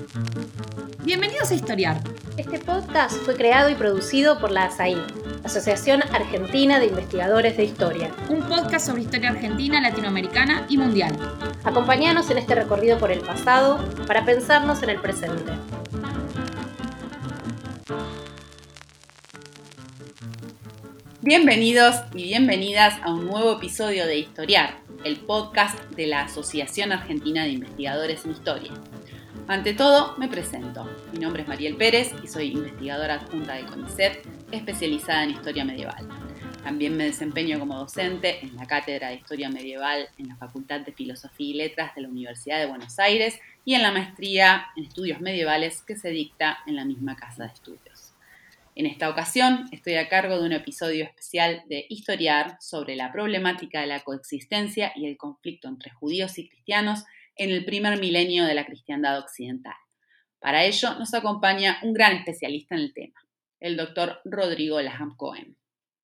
Bienvenidos a Historiar. Este podcast fue creado y producido por la ASAI, Asociación Argentina de Investigadores de Historia. Un podcast sobre historia argentina, latinoamericana y mundial. Acompáñanos en este recorrido por el pasado para pensarnos en el presente. Bienvenidos y bienvenidas a un nuevo episodio de Historiar, el podcast de la Asociación Argentina de Investigadores en Historia. Ante todo, me presento. Mi nombre es Mariel Pérez y soy investigadora adjunta del CONICET, especializada en Historia Medieval. También me desempeño como docente en la Cátedra de Historia Medieval en la Facultad de Filosofía y Letras de la Universidad de Buenos Aires y en la maestría en Estudios Medievales que se dicta en la misma casa de estudios. En esta ocasión estoy a cargo de un episodio especial de Historiar sobre la problemática de la coexistencia y el conflicto entre judíos y cristianos en el primer milenio de la cristiandad occidental. Para ello nos acompaña un gran especialista en el tema, el doctor Rodrigo Laham Cohen.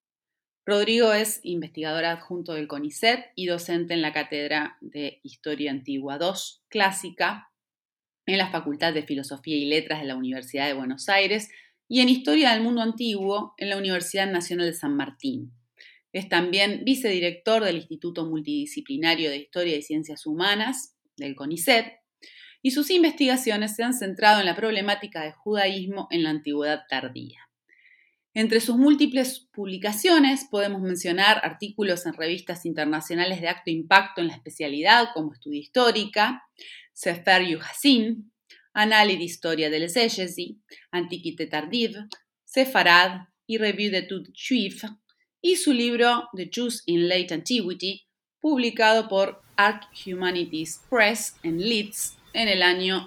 Rodrigo es investigador adjunto del CONICET y docente en la Cátedra de Historia Antigua II Clásica en la Facultad de Filosofía y Letras de la Universidad de Buenos Aires y en Historia del Mundo Antiguo en la Universidad Nacional de San Martín. Es también vicedirector del Instituto Multidisciplinario de Historia y Ciencias Humanas del CONICET, y sus investigaciones se han centrado en la problemática del judaísmo en la antigüedad tardía. Entre sus múltiples publicaciones podemos mencionar artículos en revistas internacionales de alto impacto en la especialidad como Estudia Histórica, Sefer Yuhassin, Annales d'Historia de les Egesi, Antiquité tardive, Sefarad y Revue d'études juives, y su libro The Jews in Late Antiquity, publicado por Arc Humanities Press en Leeds en el año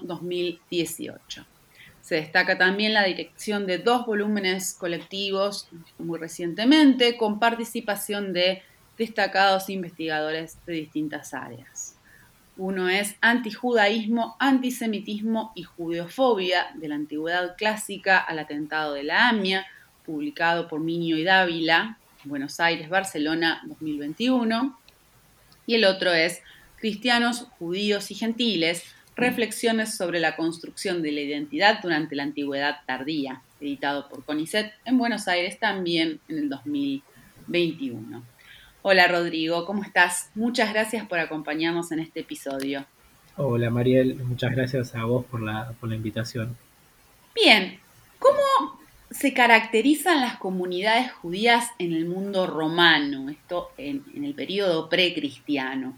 2018. Se destaca también la dirección de 2 volúmenes colectivos muy recientemente, con participación de destacados investigadores de distintas áreas. Uno es Antijudaísmo, Antisemitismo y Judeofobia, de la Antigüedad Clásica al Atentado de la AMIA, publicado por Minio y Dávila, Buenos Aires, Barcelona, 2021. Y el otro es Cristianos, Judíos y Gentiles, reflexiones sobre la construcción de la identidad durante la Antigüedad tardía, editado por CONICET en Buenos Aires también en el 2021. Hola Rodrigo, ¿cómo estás? Muchas gracias por acompañarnos en este episodio. Hola Mariel, muchas gracias a vos por la invitación. Bien, ¿cómo se caracterizan las comunidades judías en el mundo romano, esto en el periodo precristiano?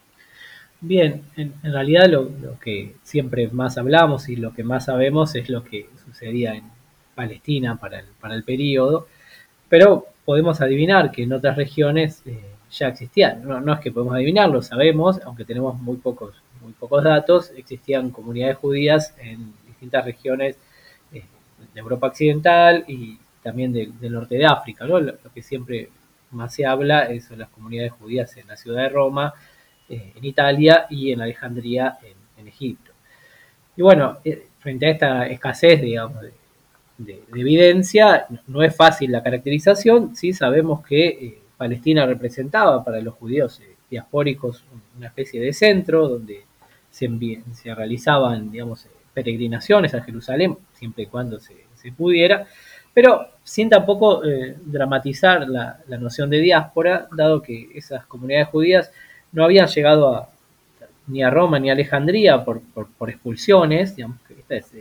Bien, en realidad lo que siempre más hablamos y lo que más sabemos es lo que sucedía en Palestina para el periodo, pero podemos adivinar que en otras regiones ya existían. No es que podemos adivinarlo, sabemos, aunque tenemos muy pocos datos, existían comunidades judías en distintas regiones de Europa Occidental y también del norte de África, ¿no? Lo que siempre más se habla son las comunidades judías en la ciudad de Roma, en Italia y en Alejandría, en Egipto. Y bueno, frente a esta escasez, digamos, de evidencia, no es fácil la caracterización. Sí sabemos que Palestina representaba para los judíos diaspóricos una especie de centro donde se realizaban, digamos, peregrinaciones a Jerusalén, siempre y cuando se pudiera, pero sin tampoco dramatizar la noción de diáspora, dado que esas comunidades judías no habían llegado ni a Roma ni a Alejandría por expulsiones. Digamos que este es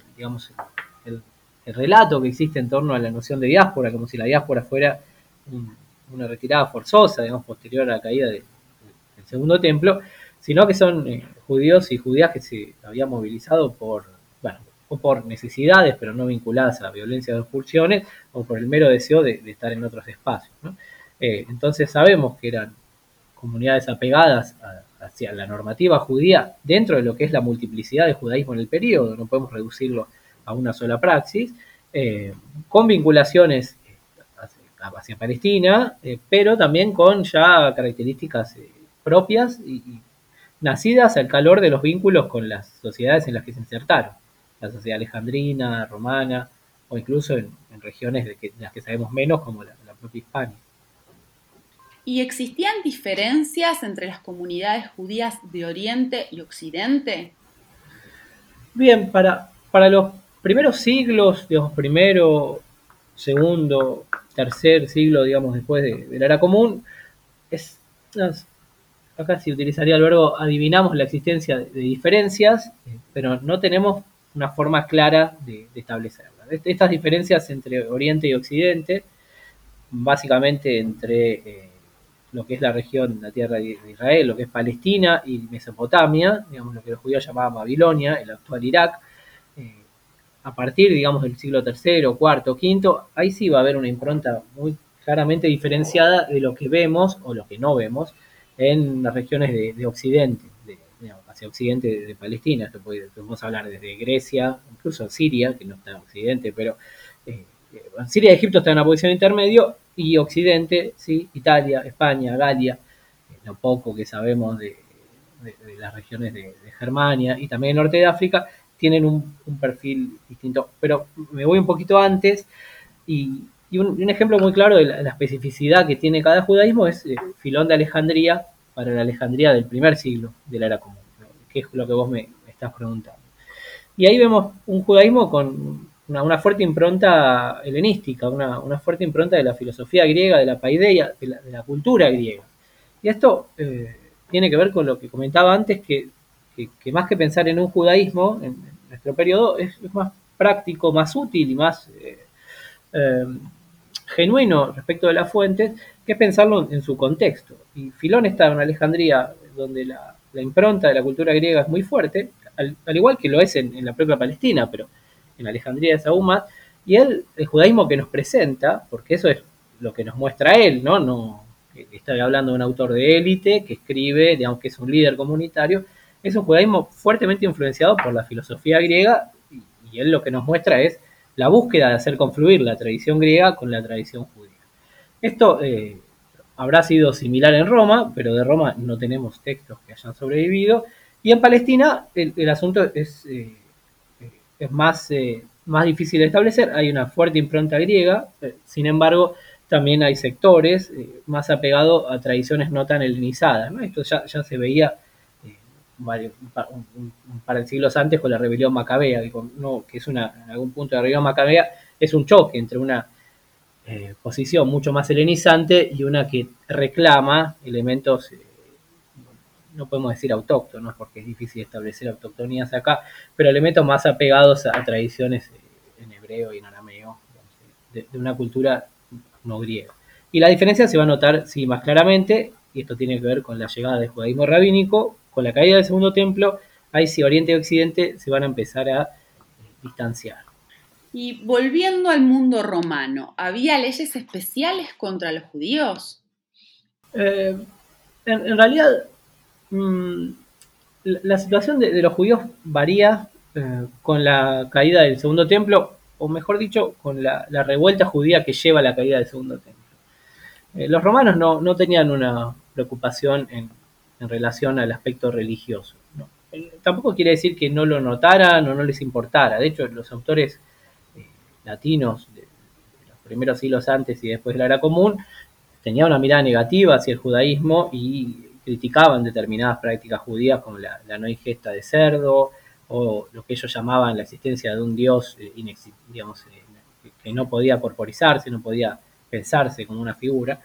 el relato que existe en torno a la noción de diáspora, como si la diáspora fuera una retirada forzosa, digamos, posterior a la caída del Segundo Templo, sino que son judíos y judías que se habían movilizado o por necesidades, pero no vinculadas a la violencia de expulsiones, o por el mero deseo de estar en otros espacios, ¿no? Entonces sabemos que eran comunidades apegadas hacia la normativa judía dentro de lo que es la multiplicidad de judaísmo en el periodo, no podemos reducirlo a una sola praxis, con vinculaciones hacia Palestina, pero también con ya características propias y nacidas al calor de los vínculos con las sociedades en las que se insertaron, la sociedad alejandrina, romana, o incluso en regiones de las que sabemos menos, como la propia Hispania. ¿Y existían diferencias entre las comunidades judías de Oriente y Occidente? Bien, para para los primeros siglos, digamos, primero, segundo, tercer siglo, digamos, después de la era común, es, acá sí utilizaría el verbo, adivinamos la existencia de diferencias, pero no tenemos una forma clara de establecerlas. Estas diferencias entre Oriente y Occidente, básicamente entre lo que es la región, la tierra de Israel, lo que es Palestina y Mesopotamia, digamos, lo que los judíos llamaban Babilonia, el actual Irak, a partir, digamos, del siglo III, IV, V, ahí sí va a haber una impronta muy claramente diferenciada de lo que vemos o lo que no vemos en las regiones de Occidente, digamos, hacia Occidente de Palestina. Esto podemos hablar desde Grecia, incluso Siria, que no está en Occidente, pero Siria y Egipto están en una posición intermedio, y Occidente, sí, Italia, España, Galia, lo poco que sabemos de las regiones de Germania y también el norte de África, tienen un perfil distinto. Pero me voy un poquito antes, y un ejemplo muy claro de la especificidad que tiene cada judaísmo es Filón de Alejandría, para la Alejandría del primer siglo de la era común, ¿no? Que es lo que vos me estás preguntando. Y ahí vemos un judaísmo con una fuerte impronta helenística, una fuerte impronta de la filosofía griega, de la paideia, de la cultura griega. Y esto tiene que ver con lo que comentaba antes, que más que pensar en un judaísmo en nuestro periodo, es más práctico, más útil y más genuino respecto de las fuentes, que es pensarlo en su contexto. Y Filón está en Alejandría, donde la impronta de la cultura griega es muy fuerte, al igual que lo es en la propia Palestina, pero en Alejandría es aún más. Y el judaísmo que nos presenta, porque eso es lo que nos muestra él, ¿no? Estoy hablando de un autor de élite que escribe, digamos que es un líder comunitario, es un judaísmo fuertemente influenciado por la filosofía griega, y él lo que nos muestra es la búsqueda de hacer confluir la tradición griega con la tradición judía. Esto habrá sido similar en Roma, pero de Roma no tenemos textos que hayan sobrevivido, y en Palestina el asunto es más difícil de establecer. Hay una fuerte impronta griega, sin embargo también hay sectores más apegados a tradiciones no tan helenizadas, ¿no? Esto ya se veía un par de siglos antes con la rebelión macabea, que es en algún punto de la rebelión macabea es un choque entre una posición mucho más helenizante y una que reclama elementos, no podemos decir autóctonos porque es difícil establecer autoctonías acá, pero elementos más apegados a tradiciones en hebreo y en arameo, de una cultura no griega. Y la diferencia se va a notar, sí, más claramente, y esto tiene que ver con la llegada del judaísmo rabínico, con la caída del Segundo Templo. Ahí sí, Oriente y Occidente se van a empezar a distanciar. Y volviendo al mundo romano, ¿había leyes especiales contra los judíos? En realidad, la situación de los judíos varía con la caída del Segundo Templo, o mejor dicho, con la revuelta judía que lleva a la caída del Segundo Templo. Los romanos no tenían una preocupación en relación al aspecto religioso, ¿no? Tampoco quiere decir que no lo notaran o no les importara. De hecho, los autores latinos de los primeros siglos antes y después de la era común tenían una mirada negativa hacia el judaísmo y criticaban determinadas prácticas judías como la no ingesta de cerdo, o lo que ellos llamaban la existencia de un dios que no podía corporizarse, no podía pensarse como una figura.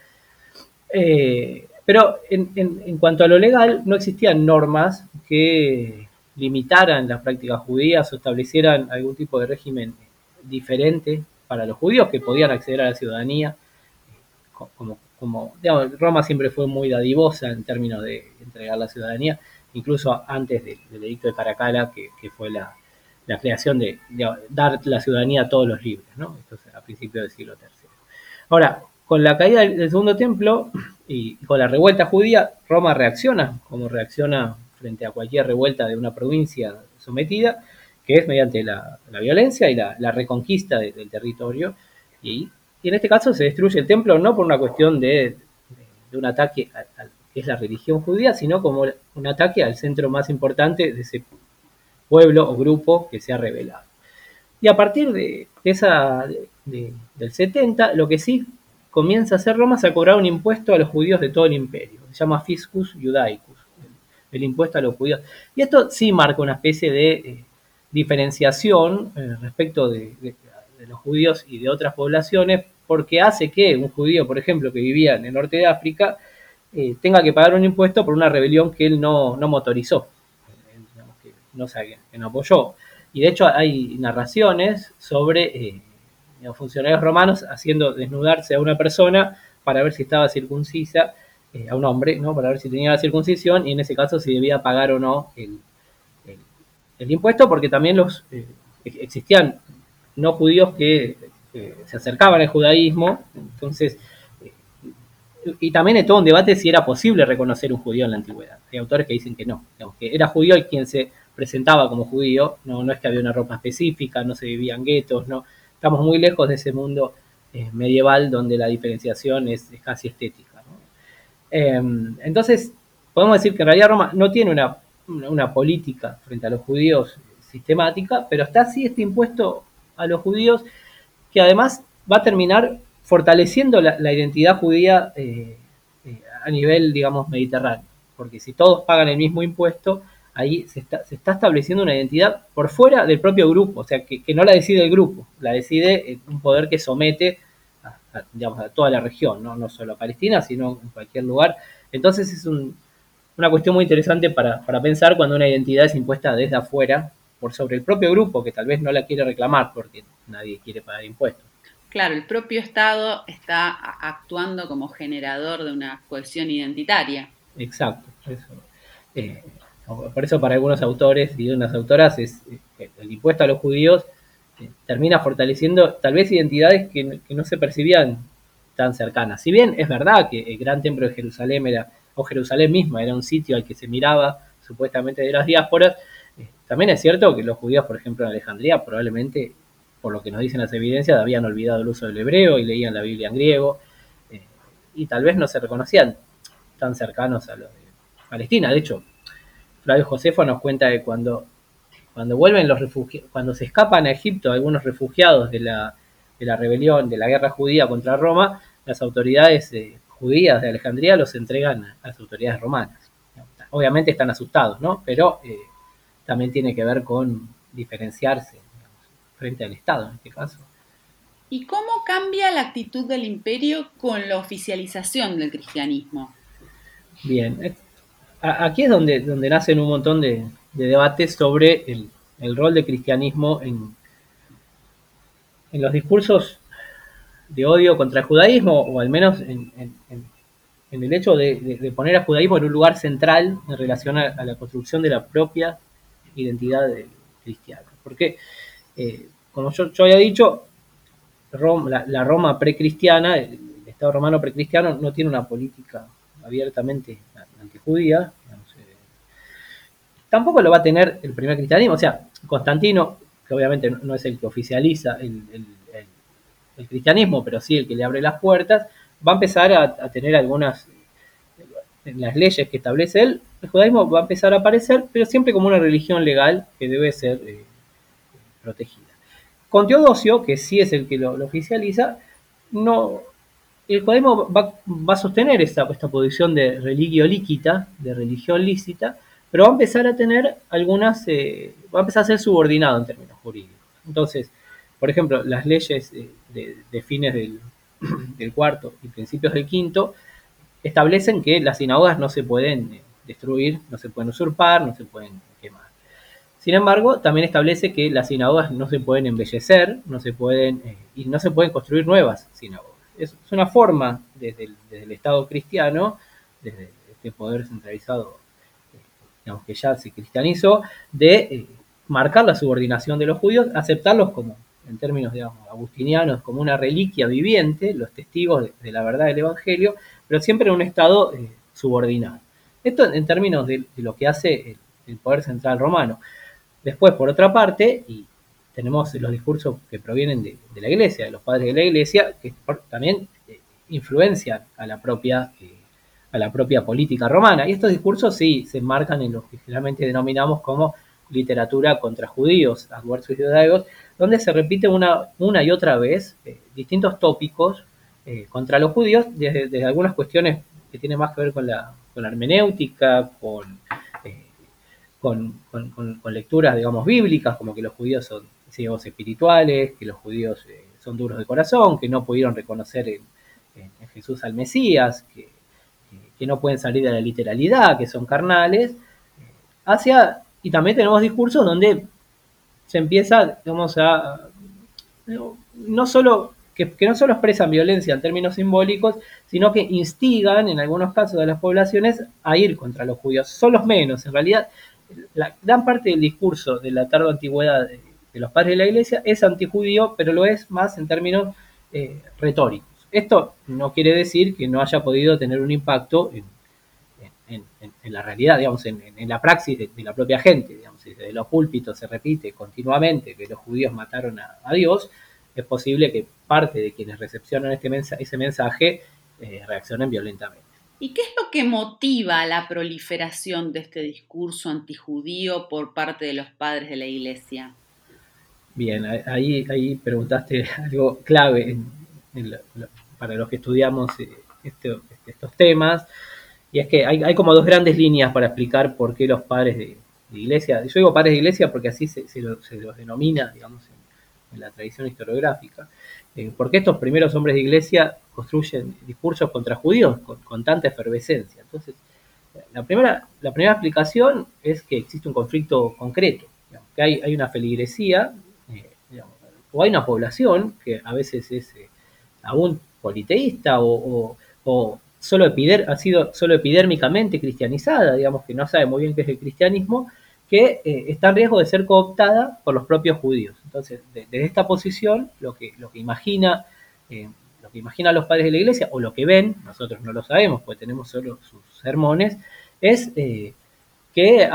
Pero en cuanto a lo legal, no existían normas que limitaran las prácticas judías o establecieran algún tipo de régimen diferente para los judíos que podían acceder a la ciudadanía. Digamos, Roma siempre fue muy dadivosa en términos de entregar la ciudadanía, incluso antes del edicto de Caracalla, que fue la creación de dar la ciudadanía a todos los libres, ¿no? Esto es a principios del siglo III. Ahora, con la caída del Segundo Templo y con la revuelta judía, Roma reacciona como reacciona frente a cualquier revuelta de una provincia sometida, que es mediante la violencia y la reconquista del territorio. Y en este caso se destruye el templo no por una cuestión de un ataque a que es la religión judía, sino como un ataque al centro más importante de ese pueblo o grupo que se ha rebelado. Y a partir del 70, lo que sí comienza a hacer Roma es a cobrar un impuesto a los judíos de todo el imperio. Se llama Fiscus Judaicus, el impuesto a los judíos. Y esto sí marca una especie de diferenciación respecto de los judíos y de otras poblaciones, porque hace que un judío, por ejemplo, que vivía en el norte de África, tenga que pagar un impuesto por una rebelión que él no motorizó, digamos, que no apoyó. Y de hecho hay narraciones sobre funcionarios romanos haciendo desnudarse a una persona para ver si estaba circuncisa, a un hombre, ¿no? Para ver si tenía la circuncisión, y en ese caso si debía pagar o no el impuesto, porque también existían no judíos que se acercaban al judaísmo. Entonces, y también hay todo un debate si era posible reconocer un judío en la antigüedad. Hay autores que dicen que no, digamos, que era judío y quien se presentaba como judío, no es que había una ropa específica, no se vivían guetos, no. Estamos muy lejos de ese mundo medieval donde la diferenciación es casi estética, ¿no? Entonces, podemos decir que en realidad Roma no tiene una política frente a los judíos sistemática, pero está así este impuesto a los judíos que además va a terminar fortaleciendo la identidad judía a nivel, digamos, mediterráneo. Porque si todos pagan el mismo impuesto, ahí se está estableciendo una identidad por fuera del propio grupo, o sea, que no la decide el grupo, la decide un poder que somete digamos, a toda la región, no solo a Palestina, sino en cualquier lugar. Entonces es una cuestión muy interesante para pensar cuando una identidad es impuesta desde afuera por sobre el propio grupo, que tal vez no la quiere reclamar porque nadie quiere pagar impuestos. Claro, el propio Estado está actuando como generador de una cohesión identitaria. Exacto, eso. Por eso para algunos autores y unas autoras el impuesto a los judíos termina fortaleciendo tal vez identidades que no se percibían tan cercanas. Si bien es verdad que el gran templo de Jerusalén o Jerusalén misma era un sitio al que se miraba supuestamente de las diásporas, también es cierto que los judíos, por ejemplo, en Alejandría, probablemente, por lo que nos dicen las evidencias, habían olvidado el uso del hebreo y leían la Biblia en griego, y tal vez no se reconocían tan cercanos a los de Palestina. De hecho, Flavio Josefo nos cuenta que cuando vuelven los refugiados, cuando se escapan a Egipto algunos refugiados de la rebelión, de la guerra judía contra Roma, las autoridades judías de Alejandría los entregan a las autoridades romanas. Obviamente están asustados, ¿no? Pero también tiene que ver con diferenciarse, digamos, frente al Estado en este caso. ¿Y cómo cambia la actitud del imperio con la oficialización del cristianismo? Bien, aquí es donde nacen un montón de debates sobre el rol del cristianismo en los discursos de odio contra el judaísmo, o al menos en el hecho de poner al judaísmo en un lugar central en relación a la construcción de la propia identidad cristiana. Porque, como yo había dicho, la Roma precristiana, el Estado romano precristiano, no tiene una política abiertamente antijudía. Tampoco lo va a tener el primer cristianismo. O sea, Constantino, que obviamente no es el que oficializa el cristianismo, pero sí el que le abre las puertas, va a empezar a tener algunas, en las leyes que establece él, el judaísmo va a empezar a aparecer, pero siempre como una religión legal que debe ser protegida. Con Teodosio, que sí es el que lo oficializa, el judaísmo va a sostener esta posición de religio lícita, de religión lícita, pero va a empezar a tener algunas, va a empezar a ser subordinado en términos jurídicos. Entonces, por ejemplo, las leyes de fines del cuarto y principios del quinto establecen que las sinagogas no se pueden destruir, no se pueden usurpar, no se pueden quemar. Sin embargo, también establece que las sinagogas no se pueden embellecer, no se pueden construir nuevas sinagogas. Es una forma desde el Estado cristiano, desde este poder centralizado, digamos, que ya se cristianizó, de marcar la subordinación de los judíos, aceptarlos como, en términos, digamos, agustinianos, como una reliquia viviente, los testigos de la verdad del Evangelio, pero siempre en un estado subordinado. Esto en términos de lo que hace el poder central romano. Después, por otra parte, y tenemos los discursos que provienen de la Iglesia, de los padres de la Iglesia, que también influencian a la propia política romana. Y estos discursos sí se enmarcan en lo que generalmente denominamos como literatura contra judíos, adversos judaicos, donde se repite una y otra vez distintos tópicos contra los judíos, desde algunas cuestiones que tienen más que ver con la hermenéutica, con lecturas, digamos, bíblicas, como que los judíos son ciegos espirituales, que los judíos son duros de corazón, que no pudieron reconocer en Jesús al Mesías, que no pueden salir de la literalidad, que son carnales, y también tenemos discursos donde se empieza, digamos, no solo que no solo expresan violencia en términos simbólicos, sino que instigan en algunos casos a las poblaciones a ir contra los judíos. Son los menos, en realidad, la gran parte del discurso de la tardoantigüedad de los padres de la Iglesia es antijudío, pero lo es más en términos retóricos. Esto no quiere decir que no haya podido tener un impacto en la realidad, digamos, en la praxis de la propia gente. Digamos, si desde los púlpitos se repite continuamente que los judíos mataron a Dios, es posible que parte de quienes recepcionan ese mensaje reaccionen violentamente. ¿Y qué es lo que motiva la proliferación de este discurso antijudío por parte de los padres de la Iglesia? Bien, ahí preguntaste algo clave para los que estudiamos estos temas, y es que hay como dos grandes líneas para explicar por qué los padres de Iglesia, yo digo padres de Iglesia porque así se los denomina, digamos, en la tradición historiográfica, porque estos primeros hombres de Iglesia construyen discursos contra judíos con tanta efervescencia. Entonces, la primera explicación es que existe un conflicto concreto, digamos, que hay una feligresía, digamos, o hay una población que a veces es aún politeísta o ha sido solo epidérmicamente cristianizada, digamos, que no sabe muy bien qué es el cristianismo, que está en riesgo de ser cooptada por los propios judíos. Entonces, desde esta posición, lo que imagina los padres de la Iglesia, o lo que ven, nosotros no lo sabemos, porque tenemos solo sus sermones, es que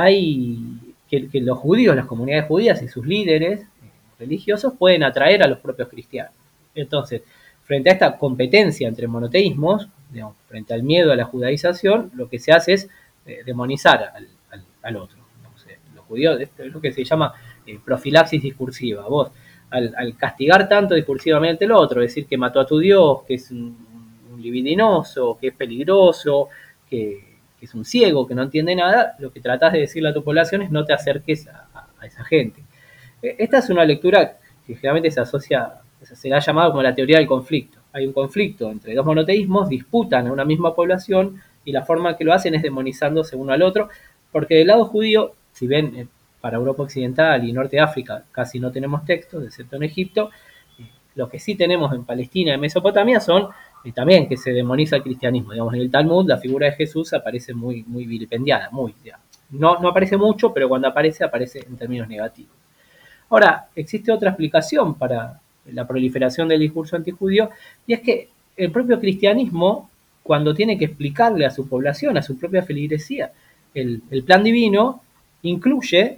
los judíos, las comunidades judías y sus líderes religiosos pueden atraer a los propios cristianos. Entonces, frente a esta competencia entre monoteísmos, digamos, frente al miedo a la judaización, lo que se hace es demonizar al otro. Los judíos, esto es lo que se llama profilaxis discursiva. Vos, al castigar tanto discursivamente al otro, decir que mató a tu Dios, que es un libidinoso, que es peligroso, que es un ciego, que no entiende nada, lo que tratás de decirle a tu población es no te acerques a esa gente. Esta es una lectura que generalmente se la ha llamado como la teoría del conflicto. Hay un conflicto entre dos monoteísmos, disputan a una misma población y la forma que lo hacen es demonizándose uno al otro, porque del lado judío, si bien para Europa Occidental y Norte de África casi no tenemos textos, excepto en Egipto, lo que sí tenemos en Palestina y Mesopotamia son también que se demoniza el cristianismo. Digamos, en el Talmud la figura de Jesús aparece muy vilipendiada, no aparece mucho, pero cuando aparece en términos negativos. Ahora, existe otra explicación para la proliferación del discurso antijudío, y es que el propio cristianismo, cuando tiene que explicarle a su población, a su propia feligresía, el plan divino, incluye,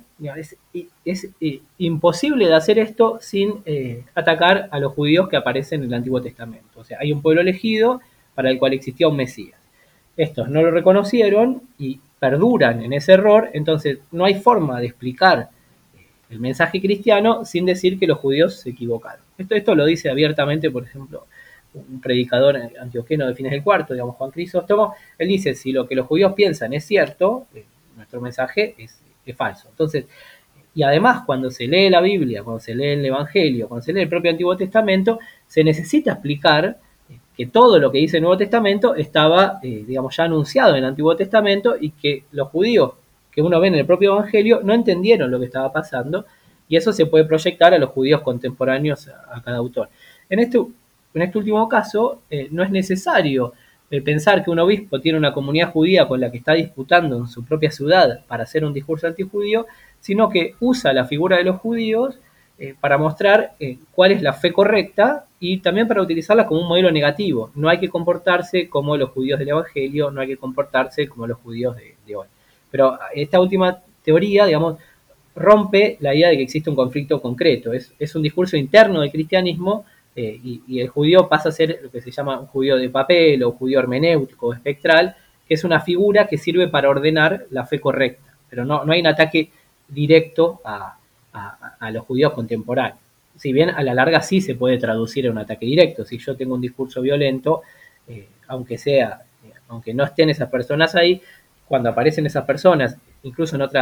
es imposible de hacer esto sin atacar a los judíos que aparecen en el Antiguo Testamento. O sea, hay un pueblo elegido para el cual existía un Mesías. Estos no lo reconocieron y perduran en ese error, entonces no hay forma de explicar el mensaje cristiano sin decir que los judíos se equivocaron. Esto lo dice abiertamente, por ejemplo, un predicador antioqueno de fines del cuarto, digamos, Juan Crisóstomo. Él dice, si lo que los judíos piensan es cierto, nuestro mensaje es falso. Entonces, y además cuando se lee la Biblia, cuando se lee el Evangelio, cuando se lee el propio Antiguo Testamento, se necesita explicar que todo lo que dice el Nuevo Testamento estaba, digamos, ya anunciado en el Antiguo Testamento, y que los judíos que uno ve en el propio Evangelio no entendieron lo que estaba pasando, y eso se puede proyectar a los judíos contemporáneos a cada autor. En este último caso, no es necesario pensar que un obispo tiene una comunidad judía con la que está disputando en su propia ciudad para hacer un discurso antijudío, sino que usa la figura de los judíos para mostrar cuál es la fe correcta, y también para utilizarla como un modelo negativo. No hay que comportarse como los judíos del Evangelio, no hay que comportarse como los judíos de hoy. Pero esta última teoría, digamos, rompe la idea de que existe un conflicto concreto. Es un discurso interno del cristianismo, y el judío pasa a ser lo que se llama un judío de papel o judío hermenéutico o espectral, que es una figura que sirve para ordenar la fe correcta. Pero no hay un ataque directo a los judíos contemporáneos. Si bien a la larga sí se puede traducir en un ataque directo. Si yo tengo un discurso violento, aunque no estén esas personas ahí, cuando aparecen esas personas, incluso en otra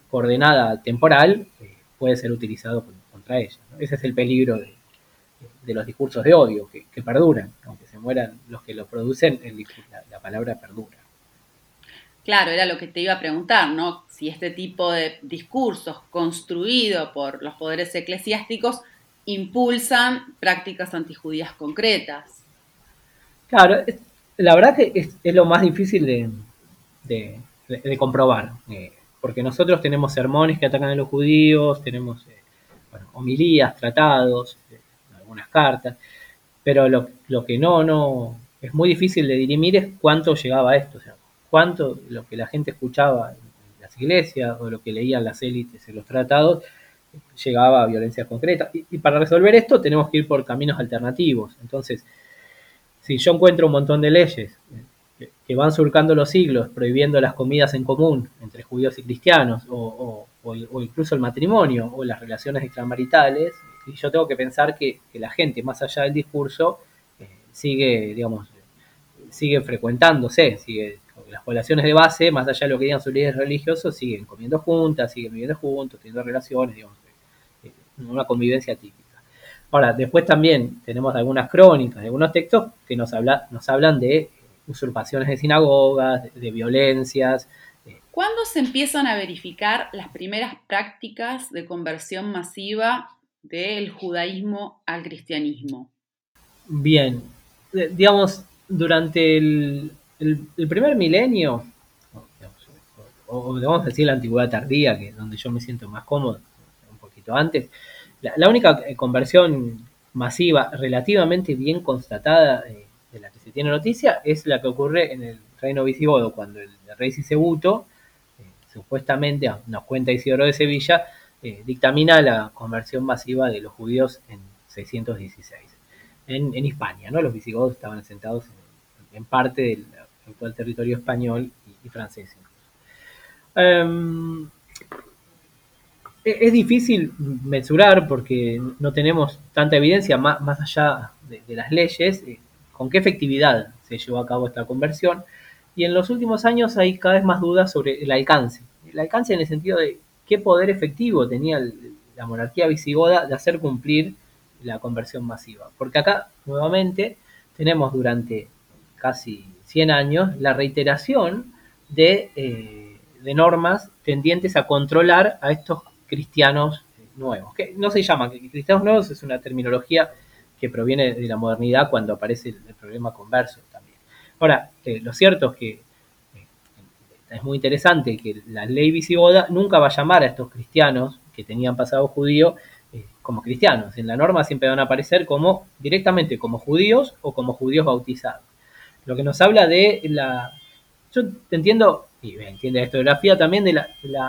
coordenada temporal puede ser utilizado contra ella, ¿no? Ese es el peligro de los discursos de odio, que perduran, aunque se mueran los que lo producen, la palabra perdura. Claro, era lo que te iba a preguntar, ¿no? Si este tipo de discursos construido por los poderes eclesiásticos impulsan prácticas antijudías concretas. Claro, la verdad que es lo más difícil de comprobar, porque nosotros tenemos sermones que atacan a los judíos, tenemos homilías, tratados, algunas cartas, pero lo que no es muy difícil de dirimir es cuánto llegaba a esto, o sea, cuánto lo que la gente escuchaba en las iglesias o lo que leían las élites en los tratados llegaba a violencia concreta. Y para resolver esto tenemos que ir por caminos alternativos. Entonces, si yo encuentro un montón de leyes que van surcando los siglos, prohibiendo las comidas en común entre judíos y cristianos, o incluso el matrimonio o las relaciones extramaritales, y yo tengo que pensar que la gente, más allá del discurso, sigue, digamos, sigue frecuentándose, las poblaciones de base, más allá de lo que digan sus líderes religiosos, siguen comiendo juntas, siguen viviendo juntos, teniendo relaciones, digamos, una convivencia típica. Ahora, después también tenemos algunas crónicas, algunos textos que nos hablan de usurpaciones de sinagogas, de violencias. ¿Cuándo se empiezan a verificar las primeras prácticas de conversión masiva del judaísmo al cristianismo? Bien, digamos, durante el primer milenio, o vamos a decir la antigüedad tardía, que es donde yo me siento más cómodo, un poquito antes, la única conversión masiva relativamente bien constatada de la que se tiene noticia es la que ocurre en el reino visigodo, cuando el rey Sisebuto, supuestamente, nos cuenta Isidoro de Sevilla, dictamina la conversión masiva de los judíos en 616, en Hispania, ¿no? Los visigodos estaban asentados en parte del actual territorio español y francés. Es difícil mensurar porque no tenemos tanta evidencia más allá de las leyes con qué efectividad se llevó a cabo esta conversión, y en los últimos años hay cada vez más dudas sobre el alcance en el sentido de qué poder efectivo tenía la monarquía visigoda de hacer cumplir la conversión masiva, porque acá nuevamente tenemos durante casi 100 años la reiteración de normas tendientes a controlar a estos cristianos nuevos, que no se llaman cristianos nuevos, es una terminología que proviene de la modernidad cuando aparece el problema converso también. Ahora, lo cierto es que es muy interesante que la ley visigoda nunca va a llamar a estos cristianos que tenían pasado judío como cristianos. En la norma siempre van a aparecer directamente como judíos o como judíos bautizados. Lo que nos habla de yo entiendo, y entiende la historiografía también, de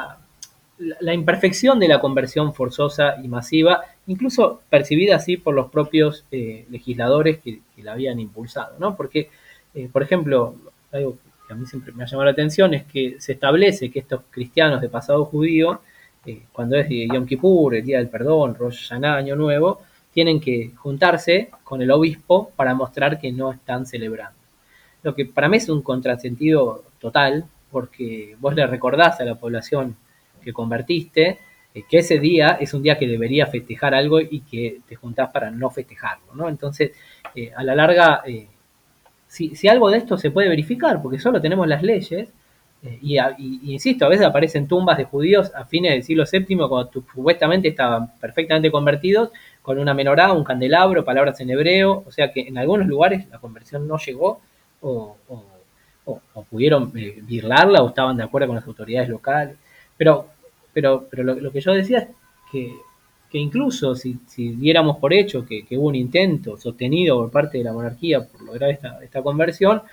la imperfección de la conversión forzosa y masiva, incluso percibida así por los propios legisladores que la habían impulsado, ¿no? Porque, por ejemplo, algo que a mí siempre me ha llamado la atención es que se establece que estos cristianos de pasado judío, cuando es Yom Kippur, el Día del Perdón, Rosh Hashanah, Año Nuevo, tienen que juntarse con el obispo para mostrar que no están celebrando. Lo que para mí es un contrasentido total, porque vos le recordás a la población que convertiste que ese día es un día que debería festejar algo y que te juntás para no festejarlo, ¿no? Entonces, a la larga, si algo de esto se puede verificar, porque solo tenemos las leyes, y insisto, a veces aparecen tumbas de judíos a fines del siglo VII cuando supuestamente estaban perfectamente convertidos, con una menorá, un candelabro, palabras en hebreo, o sea que en algunos lugares la conversión no llegó, o pudieron birlarla, o estaban de acuerdo con las autoridades locales. Pero lo que yo decía es que incluso si diéramos por hecho que hubo un intento sostenido por parte de la monarquía por lograr esta conversión,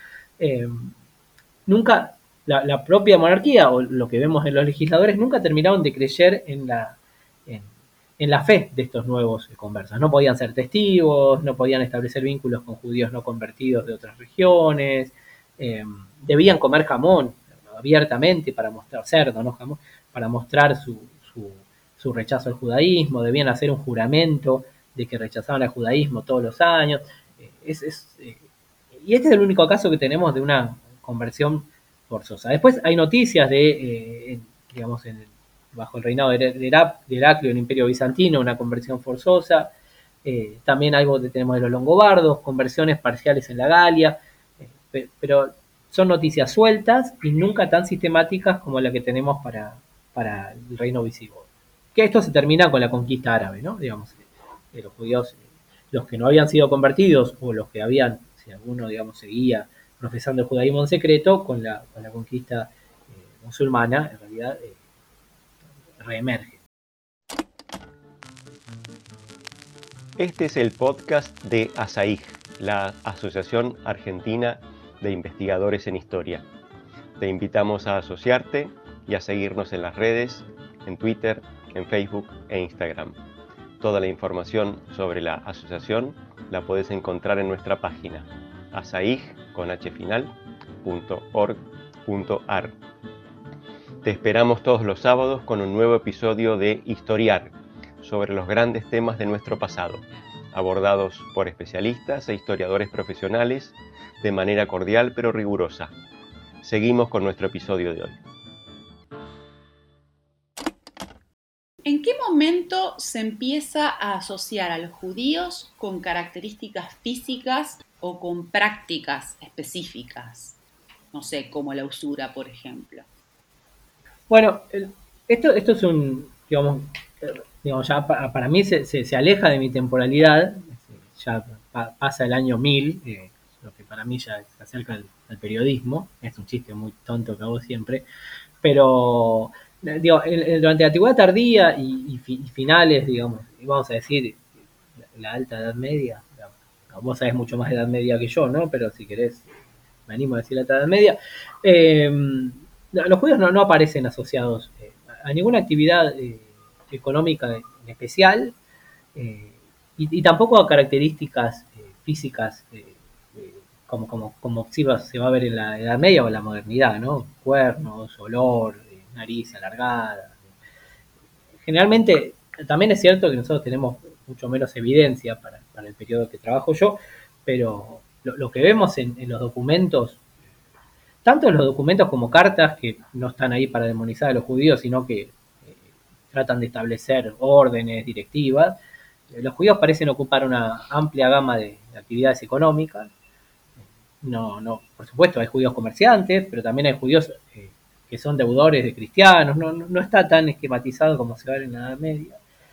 nunca la propia monarquía o lo que vemos en los legisladores nunca terminaron de creer en la fe de estos nuevos conversos. No podían ser testigos, no podían establecer vínculos con judíos no convertidos de otras regiones, debían comer jamón abiertamente para mostrar, cerdo, no jamón, para mostrar su rechazo al judaísmo, debían hacer un juramento de que rechazaban el judaísmo todos los años. Y este es el único caso que tenemos de una conversión forzosa. Después hay noticias digamos, en bajo el reinado de Heraclio, el Imperio Bizantino, una conversión forzosa. También algo que tenemos de los longobardos, conversiones parciales en la Galia, pero son noticias sueltas y nunca tan sistemáticas como la que tenemos para el reino visigodo. Que esto se termina con la conquista árabe, ¿no? Digamos, los judíos, los que no habían sido convertidos o los que habían, si alguno, digamos, seguía profesando el judaísmo en secreto, con la conquista musulmana, en realidad reemerge. Este es el podcast de ASAIG, la Asociación Argentina de Investigadores en Historia. Te invitamos a asociarte y a seguirnos en las redes, en Twitter, en Facebook e Instagram. Toda la información sobre la asociación la puedes encontrar en nuestra página asaig.org.ar. Te esperamos todos los sábados con un nuevo episodio de Historiar, sobre los grandes temas de nuestro pasado, abordados por especialistas e historiadores profesionales de manera cordial pero rigurosa. Seguimos con nuestro episodio de hoy. ¿En qué momento se empieza a asociar a los judíos con características físicas o con prácticas específicas? No sé, como la usura, por ejemplo. Bueno, esto es un, digamos, ya para mí se aleja de mi temporalidad, ya pasa el año 1000, lo que para mí ya se acerca al periodismo, es un chiste muy tonto que hago siempre, pero digo, durante la antigüedad tardía y finales, digamos, vamos a decir, la alta Edad Media, vos sabés mucho más de Edad Media que yo, ¿no? Pero si querés, me animo a decir la alta Edad Media, los judíos no aparecen asociados a ninguna actividad económica en especial, y tampoco a características físicas como se va a ver en la Edad Media o en la modernidad, ¿no? Cuernos, olor, nariz alargada. Generalmente, también es cierto que nosotros tenemos mucho menos evidencia para el periodo que trabajo yo, pero lo que vemos en los documentos, tanto en los documentos como cartas, que no están ahí para demonizar a los judíos, sino que tratan de establecer órdenes, directivas, los judíos parecen ocupar una amplia gama de actividades económicas. No, por supuesto, hay judíos comerciantes, pero también hay judíos que son deudores de cristianos. No está tan esquematizado como se ve en la Edad Media.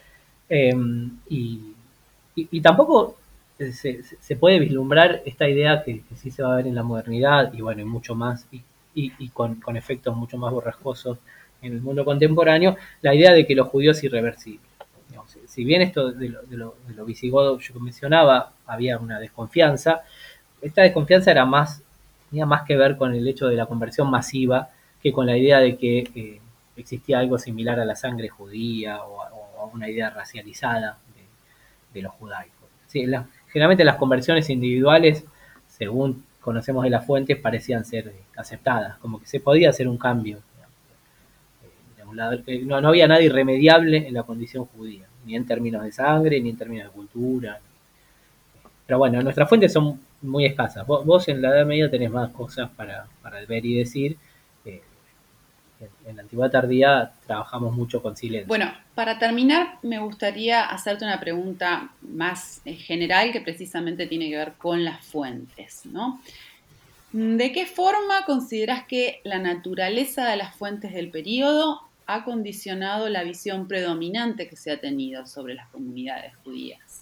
Y tampoco se puede vislumbrar esta idea que sí se va a ver en la modernidad, y bueno, y mucho más, y con efectos mucho más borrascosos en el mundo contemporáneo, la idea de que los judíos irreversibles. Digamos, si bien esto de lo visigodo yo mencionaba, había una desconfianza, esta desconfianza tenía más que ver con el hecho de la conversión masiva que con la idea de que existía algo similar a la sangre judía o a una idea racializada de los judaicos. Sí, generalmente las conversiones individuales, según conocemos de las fuentes, parecían ser aceptadas, como que se podía hacer un cambio. No había nada irremediable en la condición judía, ni en términos de sangre, ni en términos de cultura. Pero bueno, nuestras fuentes son muy escasas. Vos en la Edad Media tenés más cosas para ver y decir. En la antigüedad tardía trabajamos mucho con silencio. Bueno, para terminar, me gustaría hacerte una pregunta más general que precisamente tiene que ver con las fuentes, ¿no? ¿De qué forma considerás que la naturaleza de las fuentes del período ha condicionado la visión predominante que se ha tenido sobre las comunidades judías?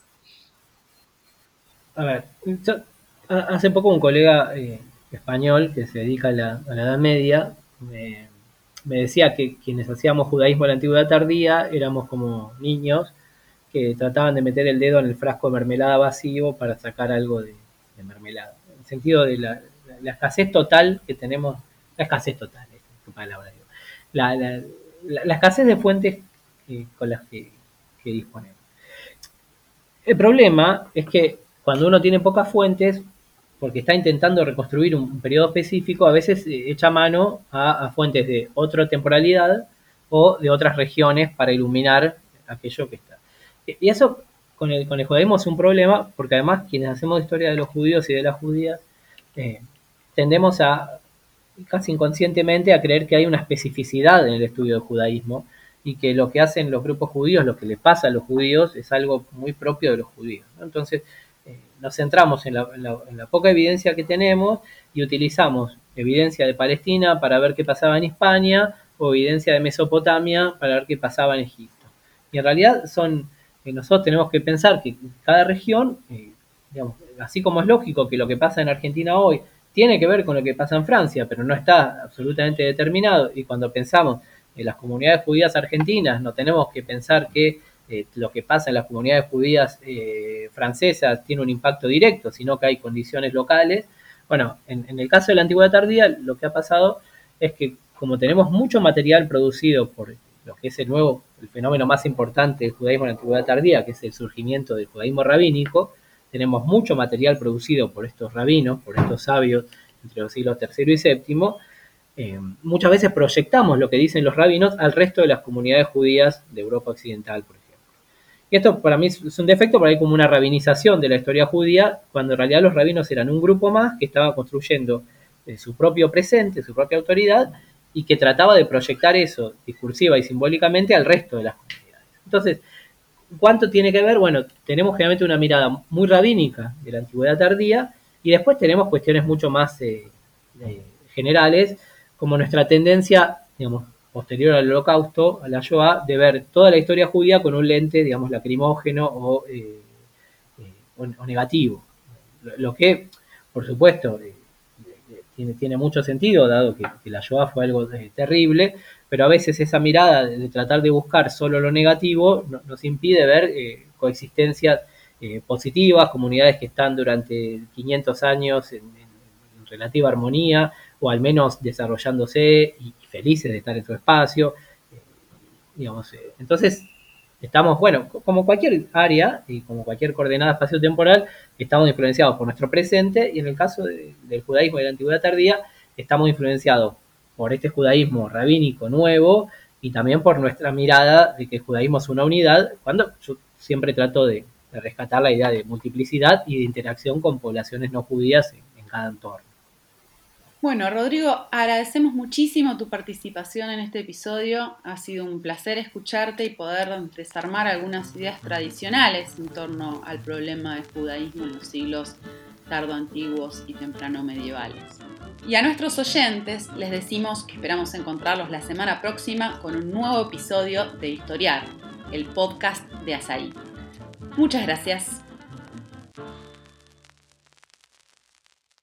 A ver, hace poco un colega español que se dedica a la Edad Media me decía que quienes hacíamos judaísmo en la antigüedad tardía éramos como niños que trataban de meter el dedo en el frasco de mermelada vacío para sacar algo de mermelada. En el sentido de la escasez total que tenemos, la escasez total, es tu palabra, digo. La escasez de fuentes con las que disponemos. El problema es que cuando uno tiene pocas fuentes, porque está intentando reconstruir un periodo específico, a veces echa mano a fuentes de otra temporalidad o de otras regiones para iluminar aquello que está. Y eso con el judaísmo es un problema, porque además quienes hacemos historia de los judíos y de las judías, tendemos a, casi inconscientemente, a creer que hay una especificidad en el estudio del judaísmo y que lo que hacen los grupos judíos, lo que les pasa a los judíos, es algo muy propio de los judíos, ¿no? Entonces, nos centramos en la poca evidencia que tenemos y utilizamos evidencia de Palestina para ver qué pasaba en Hispania o evidencia de Mesopotamia para ver qué pasaba en Egipto. Y en realidad nosotros tenemos que pensar que cada región, digamos, así como es lógico que lo que pasa en Argentina hoy tiene que ver con lo que pasa en Francia, pero no está absolutamente determinado, y cuando pensamos en las comunidades judías argentinas, no tenemos que pensar que lo que pasa en las comunidades judías francesas tiene un impacto directo, sino que hay condiciones locales. Bueno, en el caso de la Antigüedad Tardía, lo que ha pasado es que como tenemos mucho material producido por lo que es el fenómeno más importante del judaísmo en la Antigüedad Tardía, que es el surgimiento del judaísmo rabínico, tenemos mucho material producido por estos rabinos, por estos sabios entre los siglos III y VII. Muchas veces proyectamos lo que dicen los rabinos al resto de las comunidades judías de Europa Occidental, por ejemplo. Y esto para mí es un defecto, porque hay como una rabinización de la historia judía, cuando en realidad los rabinos eran un grupo más que estaba construyendo su propio presente, su propia autoridad, y que trataba de proyectar eso discursiva y simbólicamente al resto de las comunidades. Entonces, ¿cuánto tiene que ver? Bueno, tenemos generalmente una mirada muy rabínica de la Antigüedad Tardía, y después tenemos cuestiones mucho más generales, como nuestra tendencia, digamos, posterior al Holocausto, a la Shoah, de ver toda la historia judía con un lente, digamos, lacrimógeno o negativo. Lo que, por supuesto, tiene mucho sentido, dado que la Shoah fue algo terrible, pero a veces esa mirada de tratar de buscar solo lo negativo nos impide ver coexistencias positivas, comunidades que están durante 500 años en relativa armonía, o al menos desarrollándose y felices de estar en su espacio. Entonces, estamos, bueno, como cualquier área y como cualquier coordenada espaciotemporal, estamos influenciados por nuestro presente, y en el caso del judaísmo de la Antigüedad Tardía, estamos influenciados por este judaísmo rabínico nuevo y también por nuestra mirada de que el judaísmo es una unidad, cuando yo siempre trato de rescatar la idea de multiplicidad y de interacción con poblaciones no judías en cada entorno. Bueno, Rodrigo, agradecemos muchísimo tu participación en este episodio. Ha sido un placer escucharte y poder desarmar algunas ideas tradicionales en torno al problema del judaísmo en los siglos tardoantiguos y temprano medievales. Y a nuestros oyentes les decimos que esperamos encontrarlos la semana próxima con un nuevo episodio de Historiar, el podcast de Asaí. Muchas gracias.